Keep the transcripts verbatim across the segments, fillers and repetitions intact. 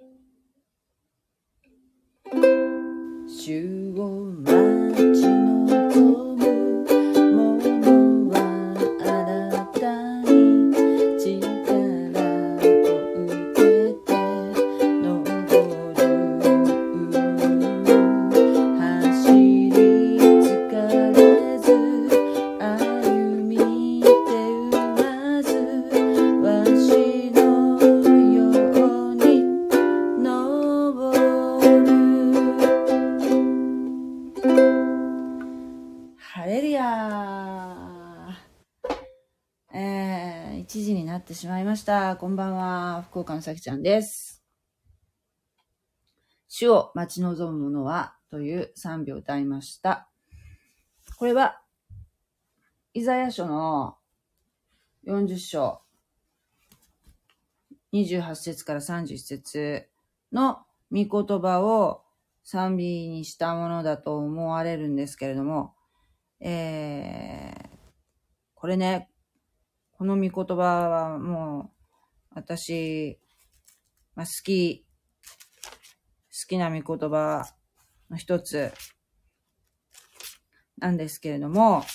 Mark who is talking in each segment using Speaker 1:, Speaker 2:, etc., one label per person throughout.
Speaker 1: 主を待ち望む者は新たに力を受けて登る。走り疲れず歩み手負わずわしのように登る。ハレルヤー。えー、いちじになってしまいました。こんばんは。福岡のさきちゃんです。主を待ち望む者はという賛美を歌いました。これは、イザヤ書のよんじゅっ章、にじゅうはち節からさんじゅういち節の御言葉を賛美にしたものだと思われるんですけれども、えー、これね、この御言葉はもう私、まあ、好き、好きな御言葉の一つなんですけれども、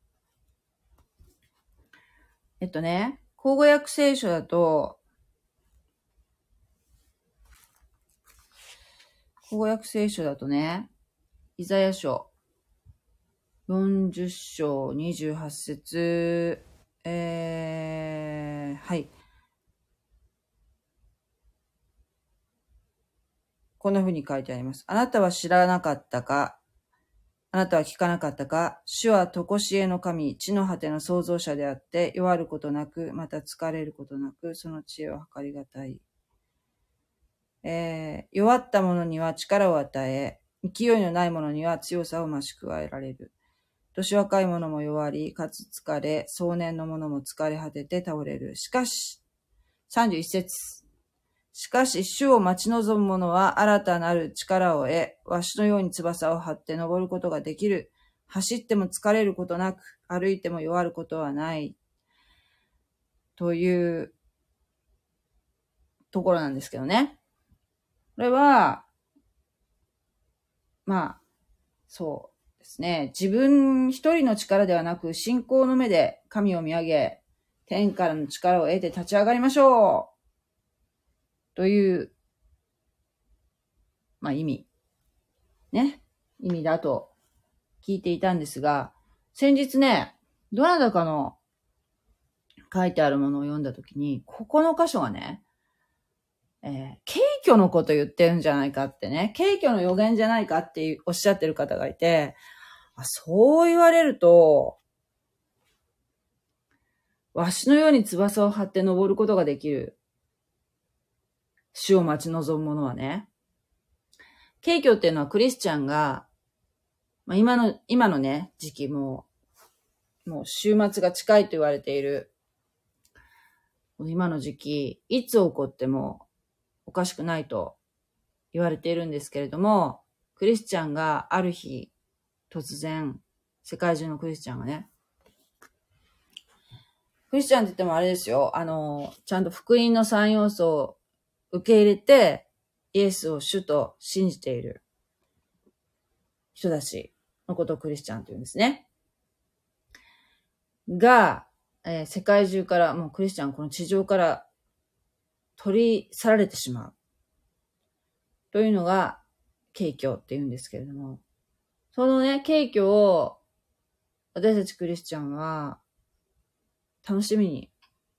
Speaker 1: えっとね、口語訳聖書だと、口語訳聖書だとね、イザヤ書よんじゅっ章にじゅうはち節、えー、はい。こんな風に書いてあります。あなたは知らなかったか、あなたは聞かなかったか、主はとこしえの神、地の果ての創造者であって、弱ることなく、また疲れることなく、その知恵を測りがたい。えー、弱った者には力を与え、勢いのない者には強さを増し加えられる。年若い者も弱り、かつ疲れ、壮年の者も疲れ果てて倒れる。しかし、さんじゅういち節。しかし、主を待ち望む者は新たなる力を得、わしのように翼を張って登ることができる。走っても疲れることなく、歩いても弱ることはない。というところなんですけどね。これは、まあ、そうですね。自分一人の力ではなく、信仰の目で神を見上げ、天からの力を得て立ち上がりましょうという、まあ意味。ね。意味だと聞いていたんですが、先日ね、どなたかの書いてあるものを読んだときに、ここの箇所がね、えー、軽挙のこと言ってるんじゃないかってね、軽挙の予言じゃないかっておっしゃってる方がいて、あ、そう言われると、わしのように翼を張って登ることができる。主を待ち望む者はね。軽挙っていうのはクリスチャンが、まあ、今の、今のね、時期も、もう週末が近いと言われている、今の時期、いつ起こってもおかしくないと言われているんですけれども、クリスチャンがある日、突然、世界中のクリスチャンがね、クリスチャンって言ってもあれですよ、あの、ちゃんと福音の三要素を受け入れて、イエスを主と信じている人たちのことをクリスチャンと言うんですね。が、えー、世界中から、もうクリスチャンこの地上から取り去られてしまう。というのが、軽挙って言うんですけれども、そのね、軽挙を、私たちクリスチャンは、楽しみに、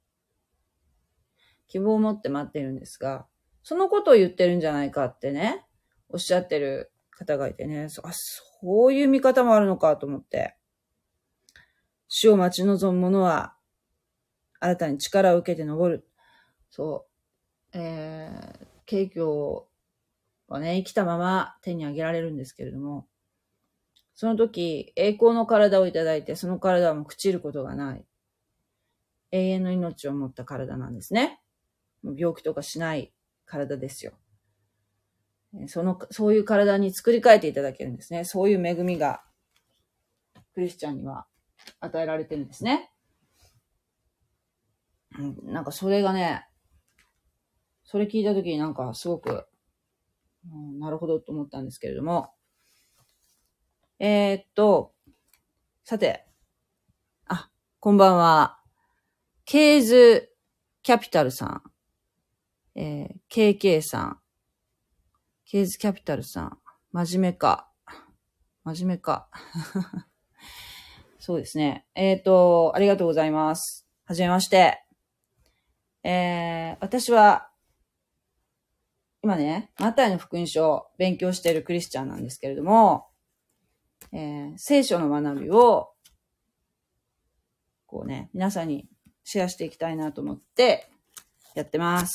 Speaker 1: 希望を持って待っているんですが、そのことを言ってるんじゃないかってね、おっしゃってる方がいてね、あ、そういう見方もあるのかと思って、主を待ち望む者は、新たに力を受けて登る。そう、えー、軽挙はね、生きたまま手に挙げられるんですけれども、その時、栄光の体をいただいて、その体はもう朽ちることがない。永遠の命を持った体なんですね。病気とかしない体ですよ。その、そういう体に作り変えていただけるんですね。そういう恵みが、クリスチャンには与えられてるんですね。うん、なんかそれがね、 それ聞いたときになんかすごく、うん、なるほどと思ったんですけれども、えー、っと、さて、あ、こんばんは。ケーズキャピタルさん、えー、ケーケー さん、ケーズキャピタルさん、真面目か。真面目か。そうですね。えー、っと、ありがとうございます。はじめまして。えー、私は、今ね、マタイの福音書を勉強しているクリスチャンなんですけれども、えー、聖書の学びを、こうね、皆さんにシェアしていきたいなと思ってやってます。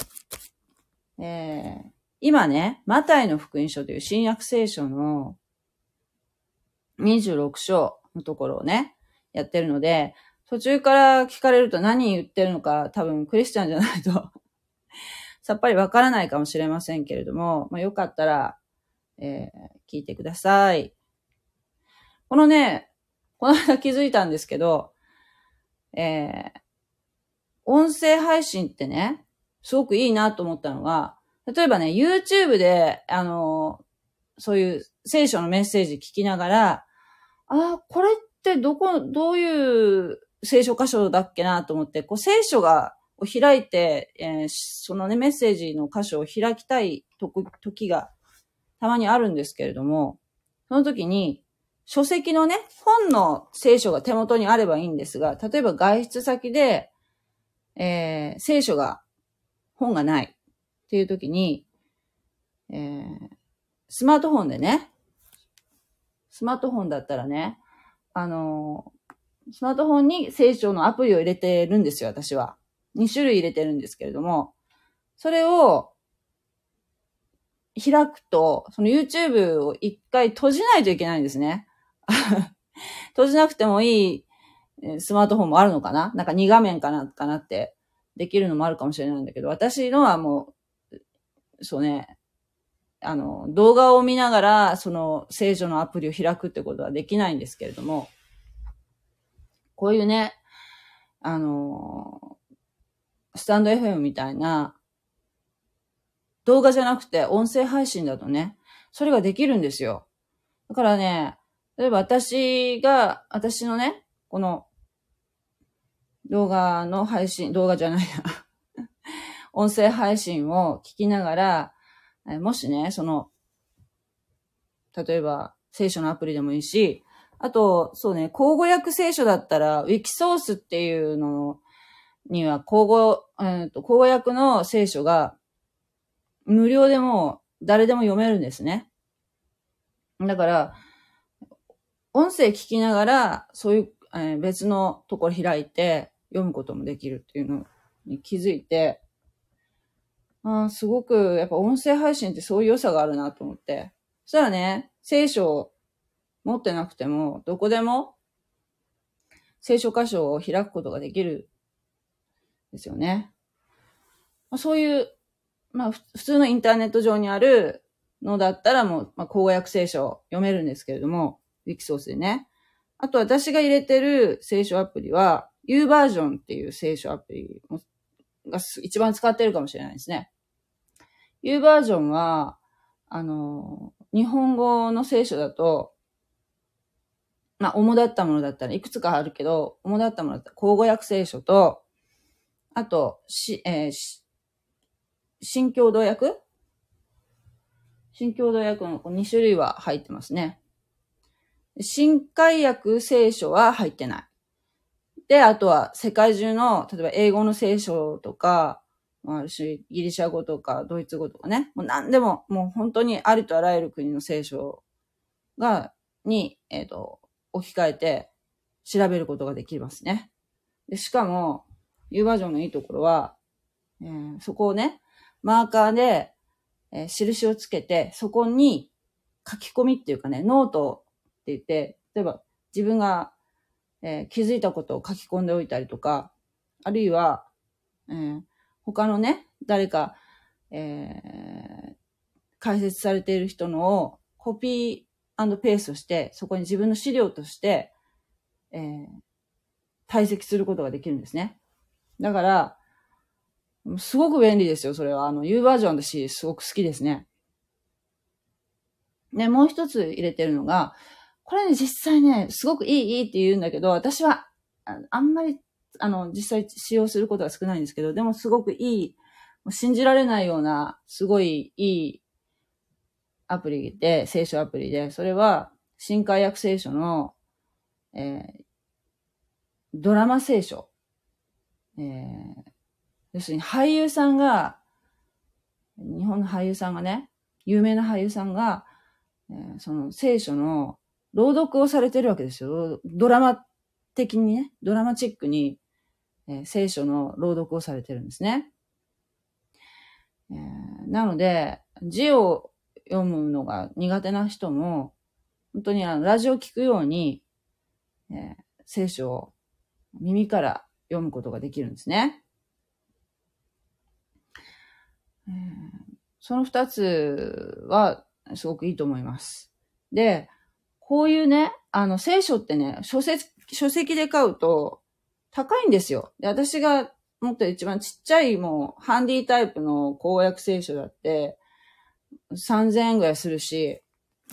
Speaker 1: えー、今ね、マタイの福音書という新約聖書のにじゅうろく章のところをね、やってるので、途中から聞かれると何言ってるのか多分クリスチャンじゃないとさっぱりわからないかもしれませんけれども、まあ、よかったら、えー、聞いてください。このね、この間気づいたんですけど、えー、音声配信ってね、すごくいいなと思ったのが、例えばね、YouTube で、あの、そういう聖書のメッセージ聞きながら、あ、これってどこ、どういう聖書箇所だっけなと思って、こう聖書がを開いて、えー、そのね、メッセージの箇所を開きたいと時がたまにあるんですけれども、その時に、書籍のね、本の聖書が手元にあればいいんですが、例えば外出先で、えー、聖書が、本がないっていう時に、えー、スマートフォンでね、スマートフォンだったらね、あのー、スマートフォンに聖書のアプリを入れてるんですよ、私は。に種類入れてるんですけれども、それを開くと、その YouTube を一回閉じないといけないんですね。閉じなくてもいいスマートフォンもあるのかな？なんかに画面かな、かなってできるのもあるかもしれないんだけど、私のはもう、そうね、あの、動画を見ながら、その聖書のアプリを開くってことはできないんですけれども、こういうね、あの、スタンド エフエム みたいな、動画じゃなくて音声配信だとね、それができるんですよ。だからね、例えば私が、私のね、この動画の配信、動画じゃないや、音声配信を聞きながら、もしね、その、例えば聖書のアプリでもいいし、あと、そうね、口語訳聖書だったら、ウィキソースっていうのには、口語、えっと、口語訳の聖書が、無料でも誰でも読めるんですね。だから、音声聞きながら、そういう、えー、別のところ開いて読むこともできるっていうのに気づいて、あすごくやっぱ音声配信ってそういう良さがあるなと思って。そしたらね、聖書を持ってなくても、どこでも聖書箇所を開くことができるんですよね。まあ、そういう、まあ普通のインターネット上にあるのだったらもう、まあ、口語訳聖書を読めるんですけれども、ウィキソースでね。あと私が入れてる聖書アプリは、U バージョンっていう聖書アプリが一番使ってるかもしれないですね。U バージョンは、あの、日本語の聖書だと、まあ、主だったものだったらいくつかあるけど、主だったものだったら、口語訳聖書と、あと、し、えー、し、新共同訳新共同訳のに種類は入ってますね。新海訳聖書は入ってない。で、あとは世界中の、例えば英語の聖書とか、あるし、ギリシャ語とか、ドイツ語とかね、もう何でも、もう本当にありとあらゆる国の聖書が、に、えっと、置き換えて調べることができますね。で、しかも、U バージョンのいいところは、えー、そこをね、マーカーで、えー、印をつけて、そこに書き込みっていうかね、ノートって言って、例えば自分が、えー、気づいたことを書き込んでおいたりとか、あるいは、えー、他のね、誰か、えー、解説されている人のをコピー&ペーストして、そこに自分の資料として、えー、堆積することができるんですね。だから、 すごく便利ですよ、それは。あの、U バージョン私、すごく好きですね。で、もう一つ入れてるのが、これね、実際ね、すごくいい、いいって言うんだけど、私は、あ, あんまり、あの、実際使用することは少ないんですけど、でもすごくいい、信じられないような、すごいいいアプリで、聖書アプリで、それは、新海約聖書の、えー、ドラマ聖書。えー、要するに俳優さんが、日本の俳優さんがね、有名な俳優さんが、えー、その聖書の朗読をされてるわけですよ。ドラマ的にね、ドラマチックに、えー、聖書の朗読をされてるんですね。えー、なので、字を読むのが苦手な人も、本当にあのラジオを聞くように、えー、聖書を耳から読むことができるんですね。えー、その二つはすごくいいと思います。で、こういうね、あの聖書ってね、書籍、書籍で買うと高いんですよ。で、私が持ってる一番ちっちゃいもうハンディタイプの公約聖書だってさんぜんえんぐらいするし、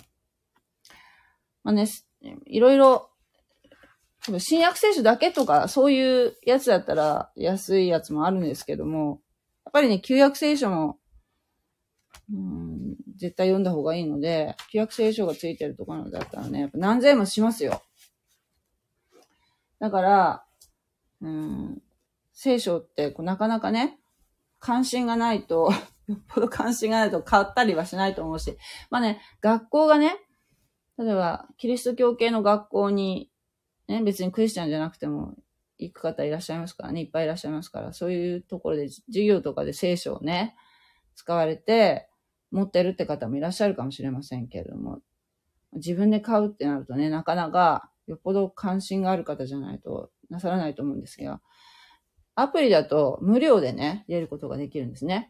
Speaker 1: まあね、いろいろ新約聖書だけとかそういうやつだったら安いやつもあるんですけども、やっぱりね、旧約聖書も、うん、絶対読んだ方がいいので、旧約聖書がついてるところだったらね、やっぱ何千円もしますよ。だから、うん、聖書ってこうなかなかね、関心がないと、よっぽど関心がないと買ったりはしないと思うし、まあね、学校がね、例えばキリスト教系の学校に、ね、別にクリスチャンじゃなくても行く方いらっしゃいますからね、いっぱいいらっしゃいますから、そういうところで授業とかで聖書をね、使われて持ってるって方もいらっしゃるかもしれませんけれども、自分で買うってなるとね、なかなかよっぽど関心がある方じゃないとなさらないと思うんですけど、アプリだと無料でね、入れることができるんですね。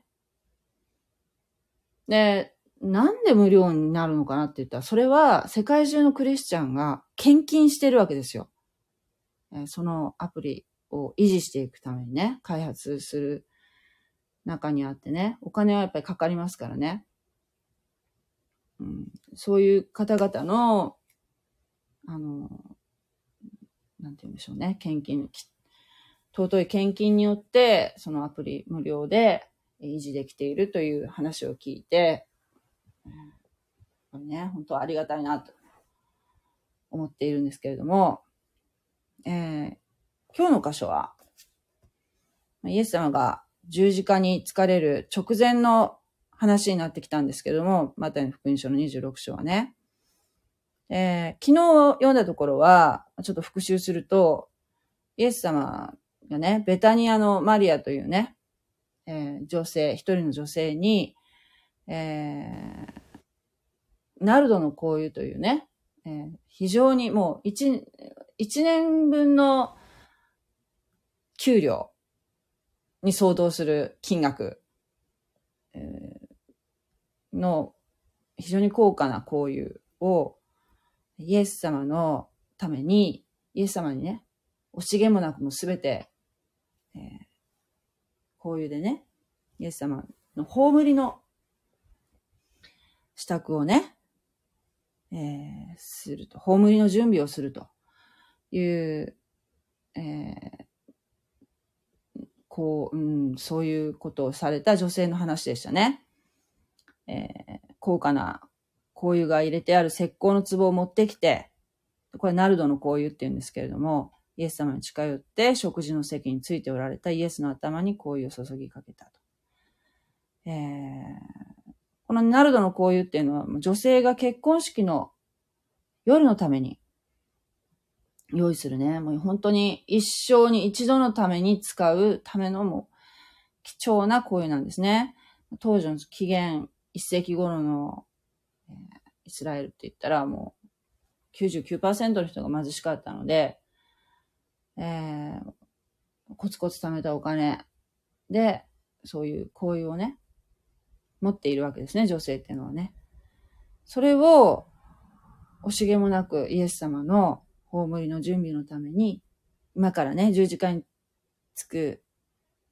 Speaker 1: で、なんで無料になるのかなって言ったら、それは世界中のクリスチャンが献金してるわけですよ。そのアプリを維持していくためにね、開発する中にあってね、お金はやっぱりかかりますからね。うん、そういう方々の、あの、なんて言うんでしょうね、献金、尊い献金によって、そのアプリ無料で維持できているという話を聞いて、これね、本当ありがたいなと思っているんですけれども、えー、今日の箇所は、イエス様が十字架に疲れる直前の話になってきたんですけれども、マタイの福音書のにじゅうろく章はね、えー、昨日読んだところは、ちょっと復習すると、イエス様がね、ベタニアのマリアというね、えー、女性、一人の女性に、えー、ナルドの香油というね、えー、非常にもう一、一年分の給料に相当する金額、えー、の非常に高価な香油をイエス様のために、イエス様にね、惜しげもなくもすべて、えー、香油でね、イエス様の葬りの支度をね、えー、すると、葬りの準備をするという、えー、こう、うん、そういうことをされた女性の話でしたね。えー、高価な香油が入れてある石膏の壺を持ってきて、これナルドの香油って言うんですけれども、イエス様に近寄って食事の席についておられたイエスの頭に香油を注ぎかけたと。えー、このナルドの香油っていうのは女性が結婚式の夜のために用意するね、もう本当に一生に一度のために使うためのもう貴重な香油なんですね。当時の紀元いっ世紀頃の、えー、イスラエルって言ったらもうきゅうじゅうきゅうパーセント の人が貧しかったので、えー、コツコツ貯めたお金で、そういう香油をね、持っているわけですね、女性っていうのはね。それを、惜しげもなくイエス様の葬りの準備のために、今からね、十字架につく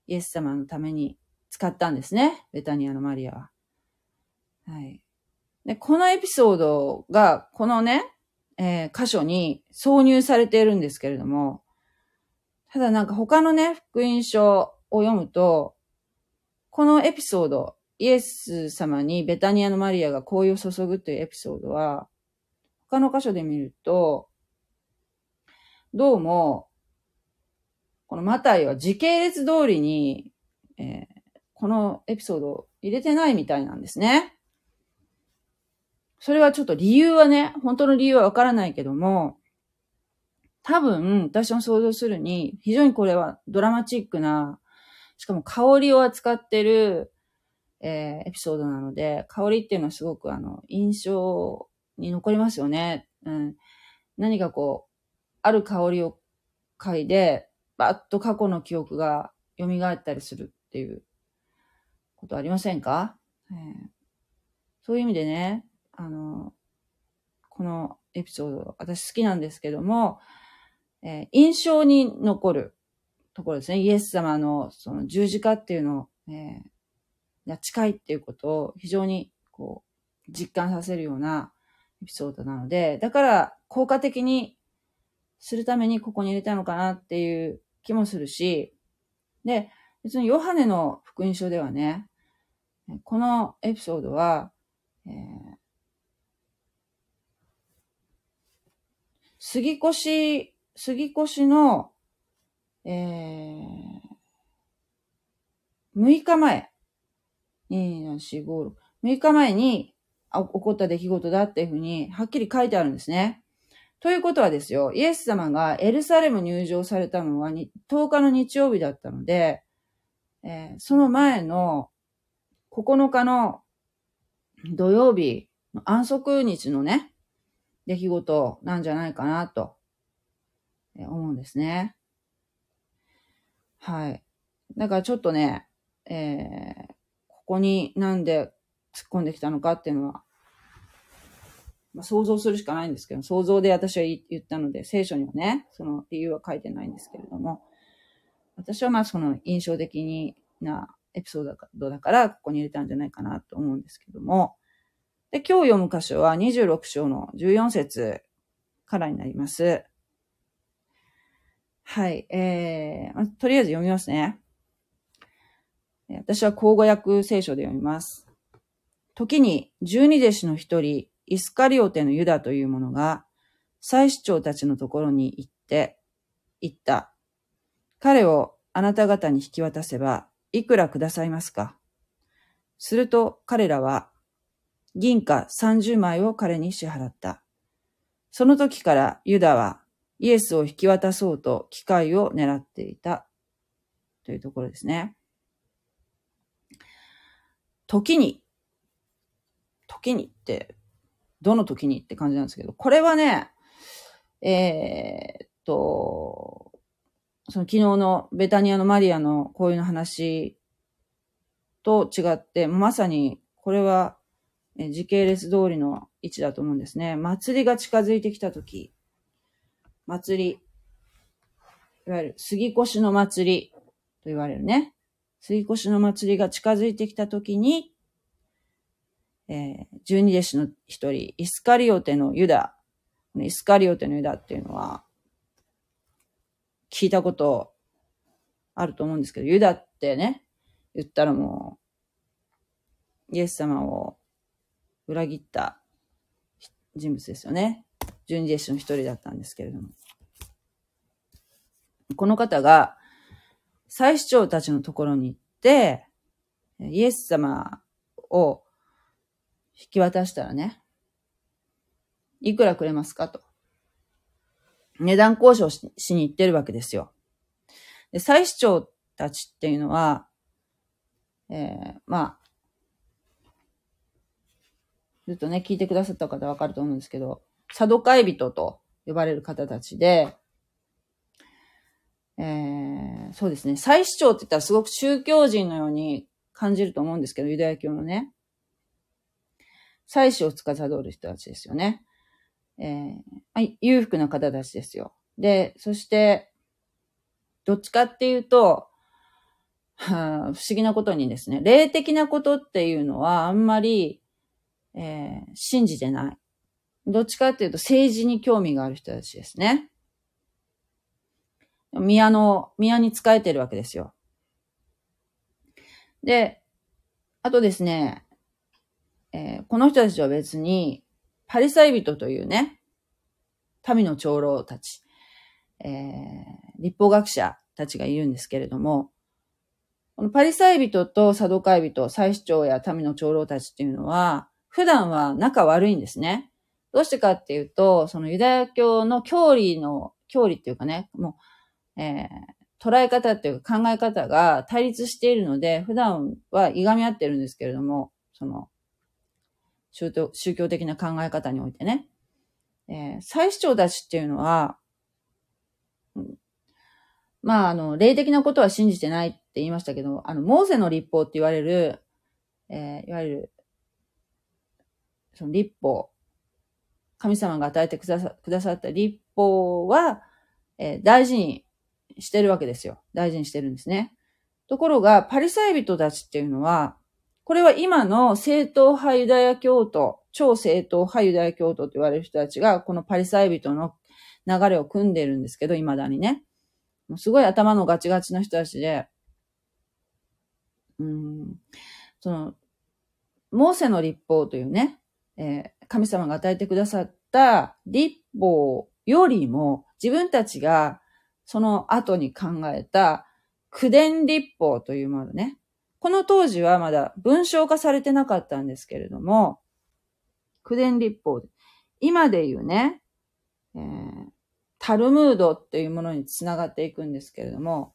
Speaker 1: イエス様のために使ったんですね。ベタニアのマリアは。はい。で、このエピソードが、このね、えー、箇所に挿入されているんですけれども、ただなんか他のね、福音書を読むと、このエピソード、イエス様にベタニアのマリアが香油を注ぐというエピソードは、他の箇所で見ると、どうも、このマタイは時系列通りに、えー、このエピソードを入れてないみたいなんですね。それはちょっと理由はね、本当の理由はわからないけども、多分、私の想像するに、非常にこれはドラマチックな、しかも香りを扱ってる、えー、エピソードなので、香りっていうのはすごくあの、印象に残りますよね。うん、何かこう、ある香りを嗅いで、バッと過去の記憶が蘇ったりするっていうことありませんか？えー、そういう意味でね、あの、このエピソード、私好きなんですけども、えー、印象に残るところですね。イエス様のその十字架っていうのを、えー、が近いっていうことを非常にこう実感させるようなエピソードなので、だから効果的にするためにここに入れたのかなっていう気もするし、で、別にヨハネの福音書ではね、このエピソードは、えー、杉越、杉越の、えー、むいかまえ、に、よん、し、ご、ろく、むいかまえに起こった出来事だっていうふうにはっきり書いてあるんですね。ということはですよ、イエス様がエルサレム入場されたのはとおかの日曜日だったので、えー、その前のここのかの土曜日の安息日のね、出来事なんじゃないかなと思うんですね。はい。だからちょっとね、えー、ここになんで突っ込んできたのかっていうのは、まあ、想像するしかないんですけど、想像で私は言ったので、聖書にはね、その理由は書いてないんですけれども、私はまあその印象的なエピソードだから、ここに入れたんじゃないかなと思うんですけども、で、今日読む箇所はにじゅうろく章のじゅうよん節からになります。はい、えー、とりあえず読みますね。私は口語訳聖書で読みます。時に十二弟子の一人、イスカリオテのユダという者が、祭司長たちのところに行って、言った。彼をあなた方に引き渡せば、いくらくださいますか？すると彼らは、銀貨さんじゅうまいを彼に支払った。その時からユダはイエスを引き渡そうと機会を狙っていた。というところですね。時に、時にって、どの時にって感じなんですけど、これはね、えー、っと、その昨日のベタニアのマリアのこういうの話と違って、まさにこれは時系列通りの位置だと思うんですね。祭りが近づいてきたとき、祭り、いわゆる杉越の祭りと言われるね。杉越の祭りが近づいてきたときに、えー、十二弟子の一人、イスカリオテのユダ。イスカリオテのユダっていうのは、聞いたことあると思うんですけど、ユダってね、言ったらもう、イエス様を裏切った人物ですよね。十二弟子の一人だったんですけれども。この方が、祭司長たちのところに行って、イエス様を引き渡したらね、いくらくれますかと。値段交渉しに行ってるわけですよ。で、祭司長たちっていうのは、えー、まあ、ずっとね、聞いてくださった方はわかると思うんですけど、サドカイ人と呼ばれる方たちで、えー、そうですね、祭司長って言ったらすごく宗教人のように感じると思うんですけど、ユダヤ教のね、祭司を司る人たちですよね。えー、裕福な方たちですよ。で、そして、どっちかっていうと、 はあ、不思議なことにですね、霊的なことっていうのはあんまり、えー、信じてない。どっちかっていうと政治に興味がある人たちですね。宮の、宮に仕えてるわけですよ。で、あとですね、えー、この人たちは別に、パリサイ人というね、民の長老たち、えー、立法学者たちがいるんですけれども、このパリサイ人とサドカイ人、祭司長や民の長老たちっていうのは、普段は仲悪いんですね。どうしてかっていうと、そのユダヤ教の教理の、教理っていうかね、もう、えー、捉え方っていうか考え方が対立しているので、普段はいがみ合ってるんですけれども、その、宗教、宗教的な考え方においてね。えー、祭司長たちっていうのは、うん、まあ、あの、霊的なことは信じてないって言いましたけど、あの、モーセの律法って言われる、えー、いわゆる、その律法、神様が与えてくださ、くださった律法は、えー、大事にしてるわけですよ。大事にしてるんですね。ところが、パリサイ人たちっていうのは、これは今の正統派ユダヤ教徒、超正統派ユダヤ教徒と言われる人たちが、このパリサイ人の流れを組んでるんですけど、未だにね。もうすごい頭のガチガチな人たちで、うーん、その、モーセの律法というね、えー、神様が与えてくださった律法よりも、自分たちがその後に考えた九伝律法というものね。この当時はまだ文章化されてなかったんですけれども、九伝律法。今で言うね、えー、タルムードっていうものにつながっていくんですけれども、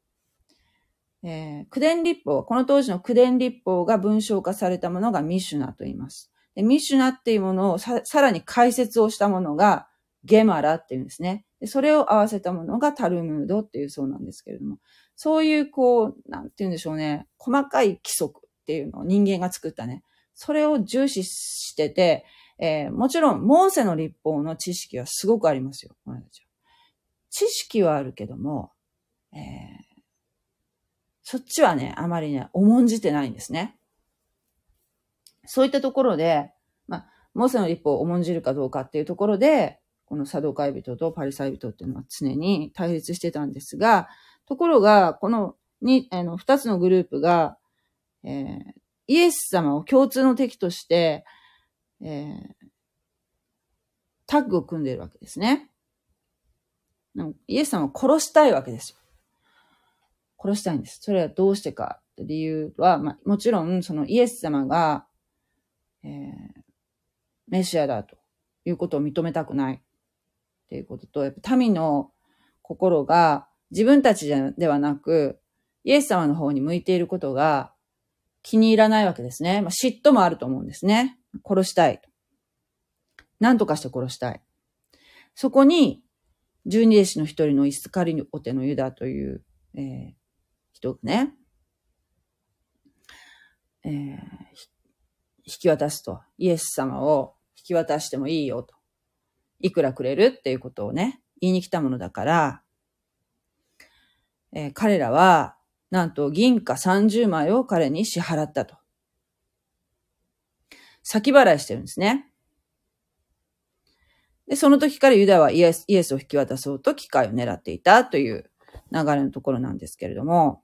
Speaker 1: えー、九伝律法、この当時の九伝律法が文章化されたものがミシュナと言います。でミシュナっていうものをさ、さらに解説をしたものがゲマラっていうんですね。でそれを合わせたものがタルムードっていうそうなんですけれども、そういうこう、なんて言うんでしょうね、細かい規則っていうのを人間が作ったね、それを重視してて、えー、もちろん、モーセの律法の知識はすごくありますよ。知識はあるけども、えーそっちはね、あまりね、重んじてないんですね。そういったところで、まあ、モーセの律法を重んじるかどうかっていうところで、このサドカイ人とパリサイ人っていうのは常に対立してたんですが、ところが、このに、あの、二つのグループが、えー、イエス様を共通の敵として、えー、タッグを組んでいるわけですね。イエス様を殺したいわけですよ。殺したいんです。それはどうしてかって理由は、まあ、もちろん、そのイエス様が、えー、メシアだということを認めたくないっていうことと、やっぱ民の心が自分たちではなく、イエス様の方に向いていることが気に入らないわけですね。まあ、嫉妬もあると思うんですね。殺したいと。何とかして殺したい。そこに、十二弟子の一人のイスカリオテのユダという、えー、人がね、えー、引き渡すと。イエス様を引き渡してもいいよと。いくらくれるっていうことをね、言いに来たものだから、えー、彼らは、なんと銀貨さんじゅうまいを彼に支払ったと。先払いしてるんですね。で、その時からユダはイエス、イエスを引き渡そうと機会を狙っていたという流れのところなんですけれども、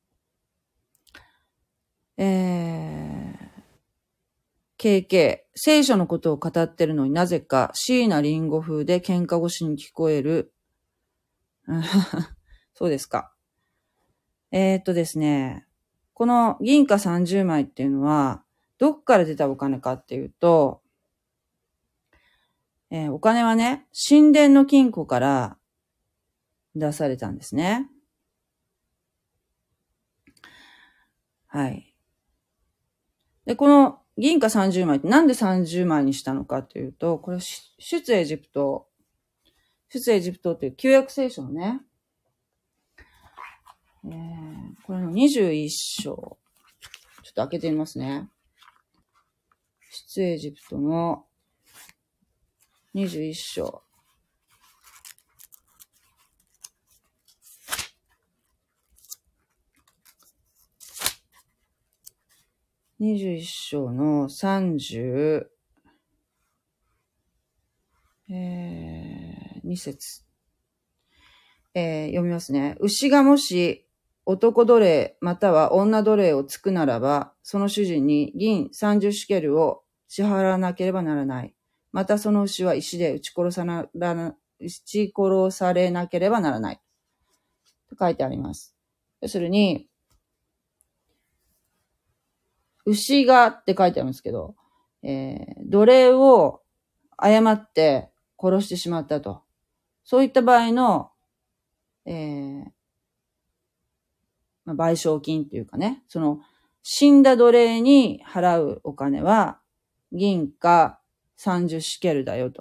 Speaker 1: えー、ケーケー、聖書のことを語ってるのになぜか椎名林檎風で喧嘩越しに聞こえる。そうですか。えー、っとですね、この銀貨さんじゅうまいっていうのは、どっから出たお金かっていうと、えー、お金はね、神殿の金庫から出されたんですね。はい。で、この銀貨さんじゅうまいってなんでさんじゅうまいにしたのかというと、これ出エジプト、出エジプトっていう旧約聖書のね、えー、これのにじゅういっ章。ちょっと開けてみますね。出エジプトのにじゅういっ章。 にじゅういっ章のさんじゅう、えー、に節、えー、読みますね。牛がもし男奴隷または女奴隷をつくならば、その主人に銀さんじゅうシュケルを支払わなければならない。またその牛は石で撃ち殺さなら、撃ち殺されなければならない。と書いてあります。要するに、牛がって書いてあるんですけど、えー、奴隷を誤って殺してしまったと。そういった場合の、えーまあ、賠償金っていうかね、その死んだ奴隷に払うお金は銀貨さんじゅうシュケルだよと。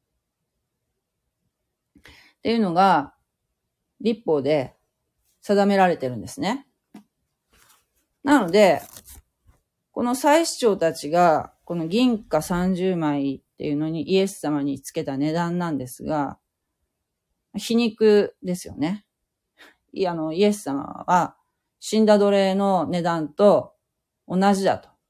Speaker 1: っていうのが律法で定められてるんですね。なので、この祭司長たちがこの銀貨さんじゅうまいっていうのにイエス様につけた値段なんですが、皮肉ですよね。いあのイエス様は死んだ奴隷の値段と同じだと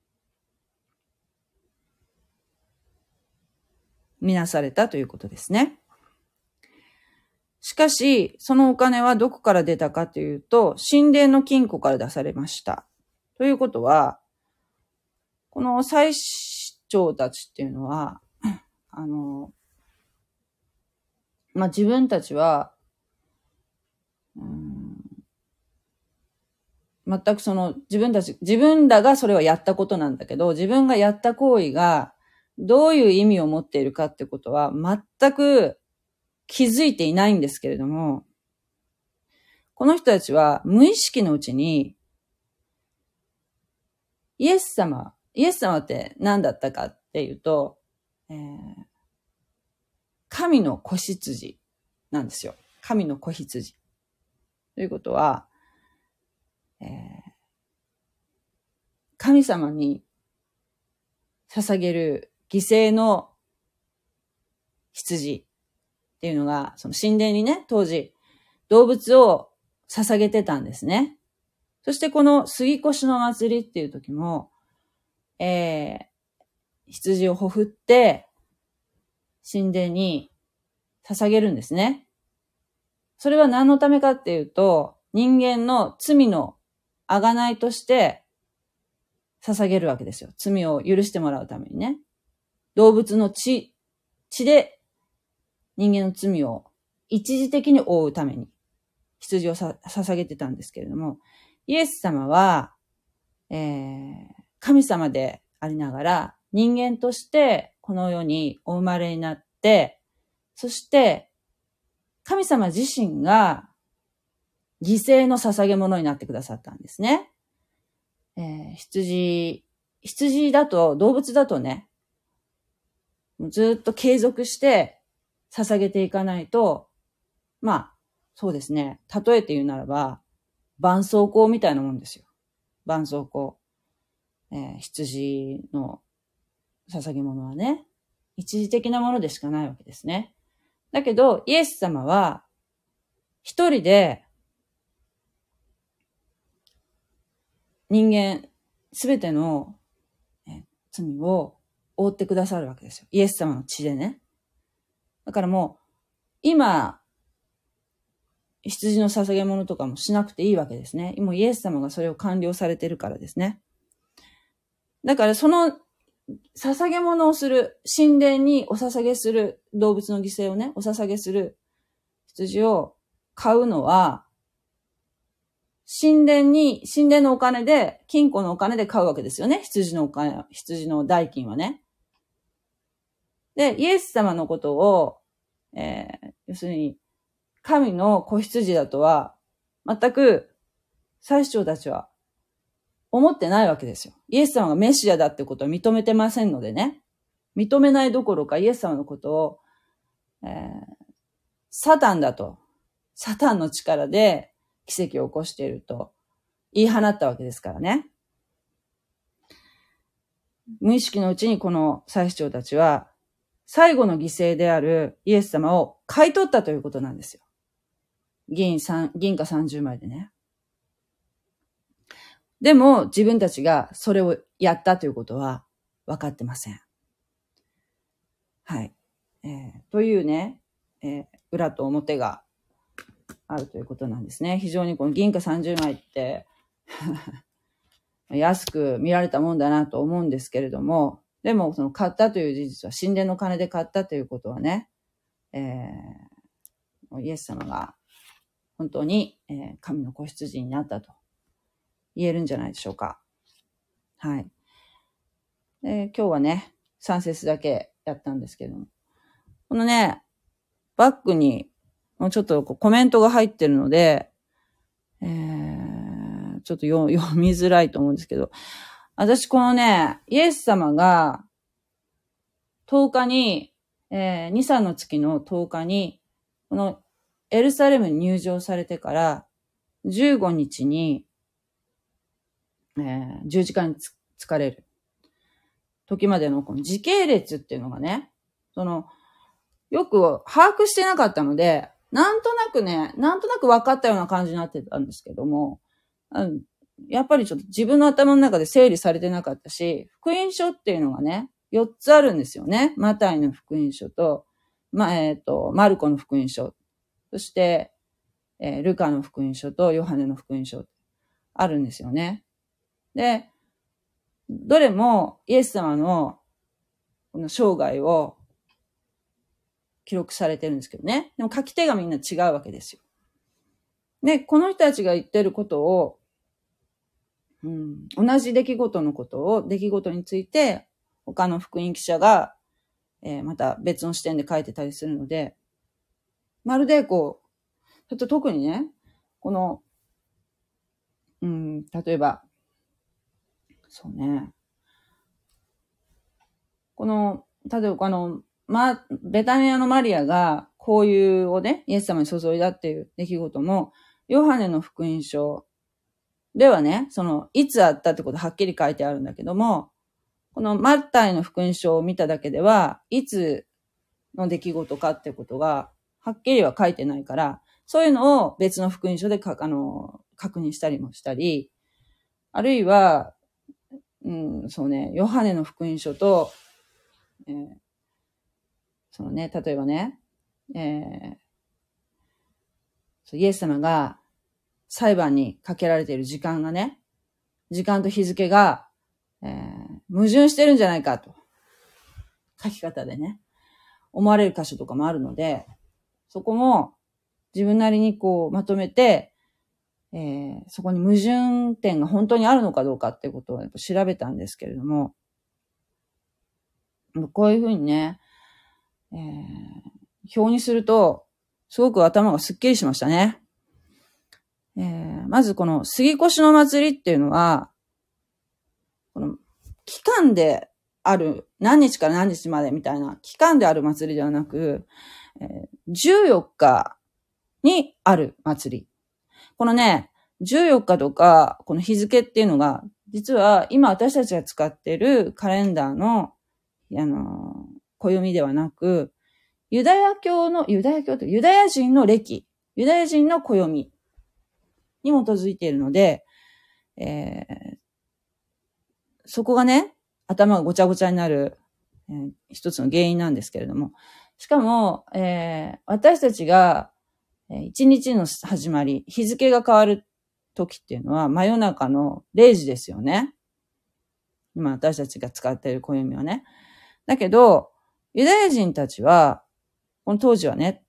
Speaker 1: 見なされたということですね。しかし、そのお金はどこから出たかというと、神殿の金庫から出されました。ということは、この祭司長たちっていうのは、あの、まあ、自分たちは、うーん、全くその自分たち、自分らがそれはやったことなんだけど、自分がやった行為がどういう意味を持っているかってことは全く気づいていないんですけれども、この人たちは無意識のうちに、イエス様、イエス様って何だったかっていうと、えー、神の子羊なんですよ。神の子羊。ということは、えー、神様に捧げる犠牲の羊っていうのが、その神殿にね、当時動物を捧げてたんですね。そしてこの杉越の祭りっていう時も、えー、羊をほふって神殿に捧げるんですね。それは何のためかっていうと、人間の罪の贖いとして捧げるわけですよ。罪を許してもらうためにね。動物の血、血で人間の罪を一時的に覆うために羊をさ捧げてたんですけれども、イエス様は、えー、神様でありながら人間としてこの世にお生まれになって、そして神様自身が犠牲の捧げ物になってくださったんですね。えー、羊、羊だと、動物だとね、ずっと継続して捧げていかないと、まあ、そうですね。例えて言うならば、絆創膏みたいなもんですよ。絆創膏。えー、羊の捧げ物はね、一時的なものでしかないわけですね。だけど、イエス様は、一人で、人間、すべての、えー、罪を覆ってくださるわけですよ。イエス様の血でね。だからもう、今、羊の捧げ物とかもしなくていいわけですね。もうイエス様がそれを完了されてるからですね。だからその捧げ物をする、神殿にお捧げする、動物の犠牲をね、お捧げする羊を買うのは、神殿に、神殿のお金で、金庫のお金で買うわけですよね。羊のお金、羊の代金はね。で、イエス様のことを、えー、要するに、神の子羊だとは、全く、祭司長たちは思ってないわけですよ。イエス様がメシアだってことを認めてませんのでね。認めないどころかイエス様のことを、えー、サタンだと。サタンの力で奇跡を起こしていると言い放ったわけですからね。無意識のうちにこの祭司長たちは、最後の犠牲であるイエス様を買い取ったということなんですよ。銀三、銀貨さんじゅうまいでね。 でも自分たちがそれをやったということは分かってません。はい。えー、というね、えー、裏と表があるということなんですね。非常にこの銀貨さんじゅうまいって安く見られたもんだなと思うんですけれども、でもその買ったという事実は神殿の金で買ったということはね、えー、イエス様が本当に、えー、神の子羊になったと言えるんじゃないでしょうか。はい。で、今日はね、さん節だけやったんですけれども、このね、バックにもうちょっとこうコメントが入ってるので、えー、ちょっと読みづらいと思うんですけど、私このね、イエス様がとおかに、えー、に、さんの月のとおかに、このエルサレムに入場されてからじゅうごにちに、えー、十字架につつかれる時までのこの時系列っていうのがね、その、よく把握してなかったので、なんとなくね、なんとなく分かったような感じになってたんですけども、やっぱりちょっと自分の頭の中で整理されてなかったし、福音書っていうのがね、よっつあるんですよね。マタイの福音書と、ま、えっと、マルコの福音書、そして、えー、ルカの福音書とヨハネの福音書、あるんですよね。で、どれもイエス様のこの生涯を記録されてるんですけどね。でも書き手がみんな違うわけですよ。で、この人たちが言ってることを、うん、同じ出来事のことを、出来事について、他の福音記者が、えー、また別の視点で書いてたりするので、まるでこう、ちょっと特にね、この、うん、例えば、そうね、この、例えばあの、ま、ベタニアのマリアが香油をね、イエス様に注いだっていう出来事も、ヨハネの福音書ではね、その、いつあったってことはっきり書いてあるんだけども、このマタイの福音書を見ただけでは、いつの出来事かってことが、はっきりは書いてないから、そういうのを別の福音書でかあの確認したりもしたり、あるいは、うん、そうね、ヨハネの福音書と、えー、そのね、例えばね、えー、イエス様が裁判にかけられている時間がね、時間と日付が、えー、矛盾してるんじゃないかと、書き方でね、思われる箇所とかもあるので、そこも自分なりにこうまとめて、えー、そこに矛盾点が本当にあるのかどうかっていうことをやっぱ調べたんですけれども、こういうふうにね、えー、表にすると、すごく頭がすっきりしましたね。えー、まずこの杉越の祭りっていうのは、この期間である、何日から何日までみたいな期間である祭りではなく、えー、じゅうよっかにある祭り。このね、じゅうよっかとか、この日付っていうのが、実は今私たちが使っているカレンダーの、あの、暦ではなく、ユダヤ教の、ユダヤ教とユダヤ人の暦、ユダヤ人の暦に基づいているので、えー、そこがね、頭がごちゃごちゃになる、えー、一つの原因なんですけれども、しかも、えー、私たちが一日の始まり、日付が変わる時っていうのは真夜中のれいじですよね。今私たちが使っている暦はね。だけど、ユダヤ人たちは、この当時はね、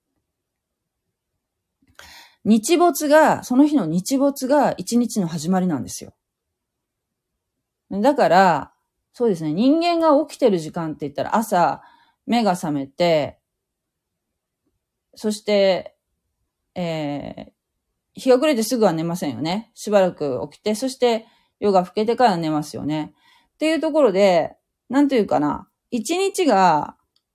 Speaker 1: 日没が、その日の日没が一日の始まりなんですよ。だから、そうですね、人間が起きてる時間って言ったら朝、目が覚めて、そして、えー、日が暮れてすぐは寝ませんよね。しばらく起きて、そして夜が更けてから寝ますよね。っていうところで、なんというかな、一日が、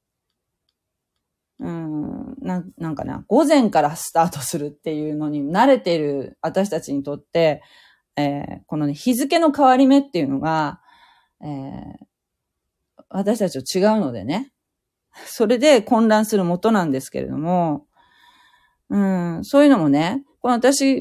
Speaker 1: うーん、な、なんかな、午前からスタートするっていうのに慣れている私たちにとって、えー、このね、日付の変わり目っていうのが、えー、私たちと違うのでね。それで混乱する元なんですけれども、うん、そういうのもね、この私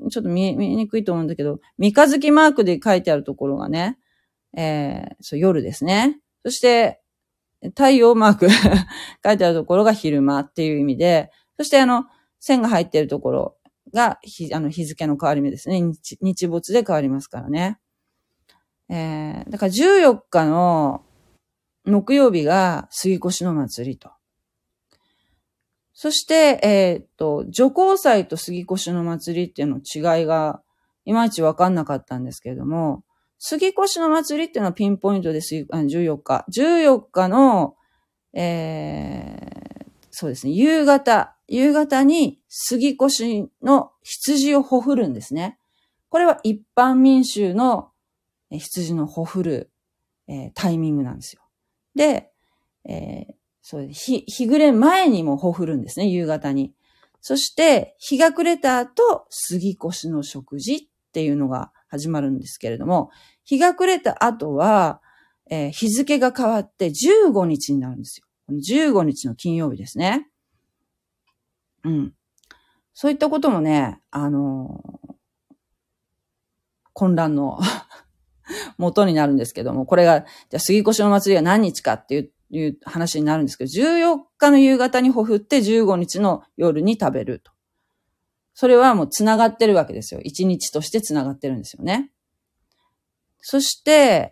Speaker 1: ちょっと見え、見えにくいと思うんだけど、三日月マークで書いてあるところがね、えー、そう、夜ですね。そして、太陽マーク書いてあるところが昼間っていう意味で、そしてあの、線が入っているところが日、あの、日付の変わり目ですね。日、日没で変わりますからね。えー、だからじゅうよっかの木曜日が杉越の祭りと。そして、えー、っと、除光祭と杉越の祭りっていうの違いが、いまいちわかんなかったんですけれども、杉越の祭りっていうのはピンポイントでじゅうよっか。じゅうよっかの、えー、そうですね、夕方、夕方に杉越の羊をほふるんですね。これは一般民衆の羊のほふる、えー、タイミングなんですよ。で、えー、そう日、日暮れ前にもほふるんですね、夕方に。そして、日が暮れた後、杉越の食事っていうのが始まるんですけれども、日が暮れた後は、えー、日付が変わってじゅうごにちになるんですよ。じゅうごにちの金曜日ですね。うん。そういったこともね、あのー、混乱の元になるんですけども、これが、じゃあ杉越の祭りが何日かっていういう話になるんですけど、じゅうよっかの夕方にほふってじゅうごにちの夜に食べると。それはもう繋がってるわけですよ。一日として繋がってるんですよね。そして、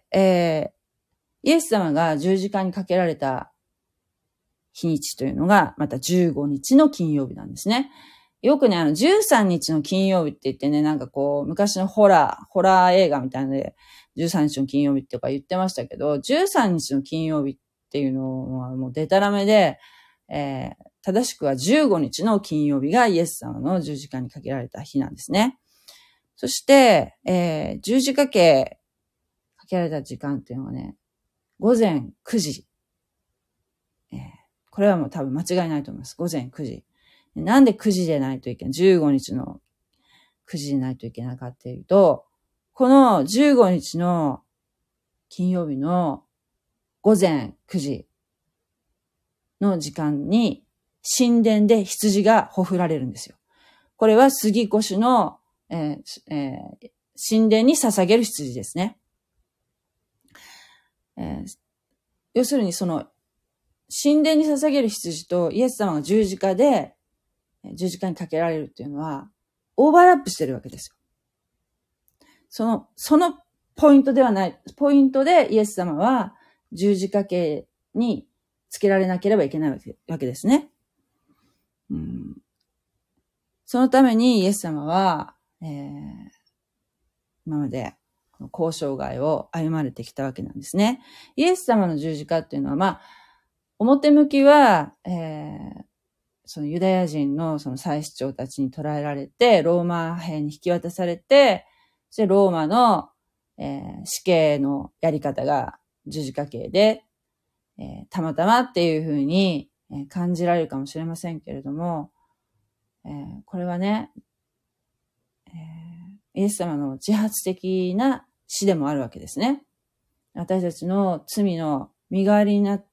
Speaker 1: えー、イエス様が十字架にかけられた日にちというのが、またじゅうごにちの金曜日なんですね。よくね、あの、じゅうさんにちの金曜日って言ってね、なんかこう、昔のホラー、ホラー映画みたいなので、じゅうさんにちの金曜日とか言ってましたけど、じゅうさんにちの金曜日っていうのはもうデタラメで、えー、正しくはじゅうごにちの金曜日がイエス様の十字架にかけられた日なんですね。そして、えー、十字架け、かけられた時間っていうのはね、ごぜんくじ。えー、これはもう多分間違いないと思います。ごぜんくじ。なんでくじでないといけない ?じゅうごにちのくじでないといけないかっていうと、このじゅうごにちの金曜日のごぜんくじの時間に神殿で羊がほふられるんですよ。これは杉越の、えーえー、神殿に捧げる羊ですね。えー、要するにその神殿に捧げる羊とイエス様が十字架で十字架にかけられるっていうのはオーバーラップしてるわけですよ。その、そのポイントではない、ポイントでイエス様は十字架刑につけられなければいけないわけ、わけですね。うん、そのためにイエス様は、えー、今まで交渉外を歩まれてきたわけなんですね。イエス様の十字架っていうのは、まあ、表向きは、えー、そのユダヤ人のその祭司長たちに捕らえられて、ローマ兵に引き渡されて、そしてローマの、えー、死刑のやり方が十字架刑で、えー、たまたまっていうふうに感じられるかもしれませんけれども、えー、これはね、えー、イエス様の自発的な死でもあるわけですね。私たちの罪の身代わりになって、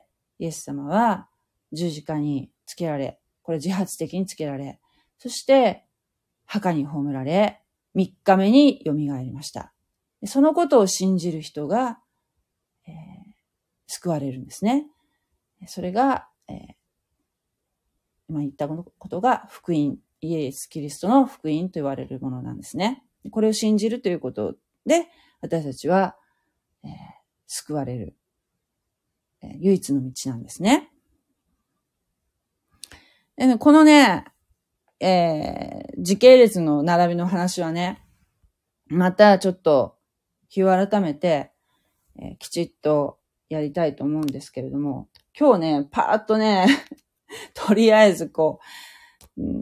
Speaker 1: イエス様は十字架につけられ、これ自発的につけられ、そして墓に葬られ、三日目に蘇りました。そのことを信じる人が、えー、救われるんですね。それが、えー、今言ったことが福音、イエス・キリストの福音と言われるものなんですね。これを信じるということで、私たちは、えー、救われる、えー、唯一の道なんですね。でこのね、えー、時系列の並びの話はね、またちょっと日を改めて、えー、きちっとやりたいと思うんですけれども、今日ね、パーッとね、とりあえずこう、うん、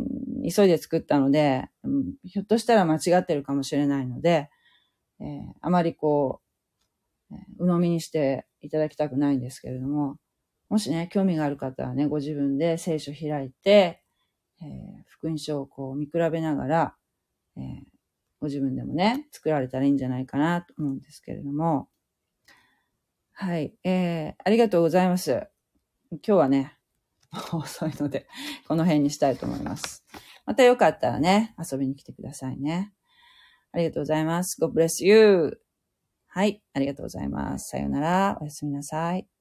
Speaker 1: 急いで作ったので、うん、ひょっとしたら間違ってるかもしれないので、えー、あまりこう、鵜呑みにしていただきたくないんですけれども、もしね、興味がある方はね、ご自分で聖書開いて、えー、福音書をこう見比べながら、えー、ご自分でもね、作られたらいいんじゃないかなと思うんですけれども、はい、えー、ありがとうございます。今日はね、遅いので、この辺にしたいと思います。 またよかったらね、遊びに来てくださいね。ありがとうございます。God bless you. はい、ありがとうございます。さようなら。おやすみなさい。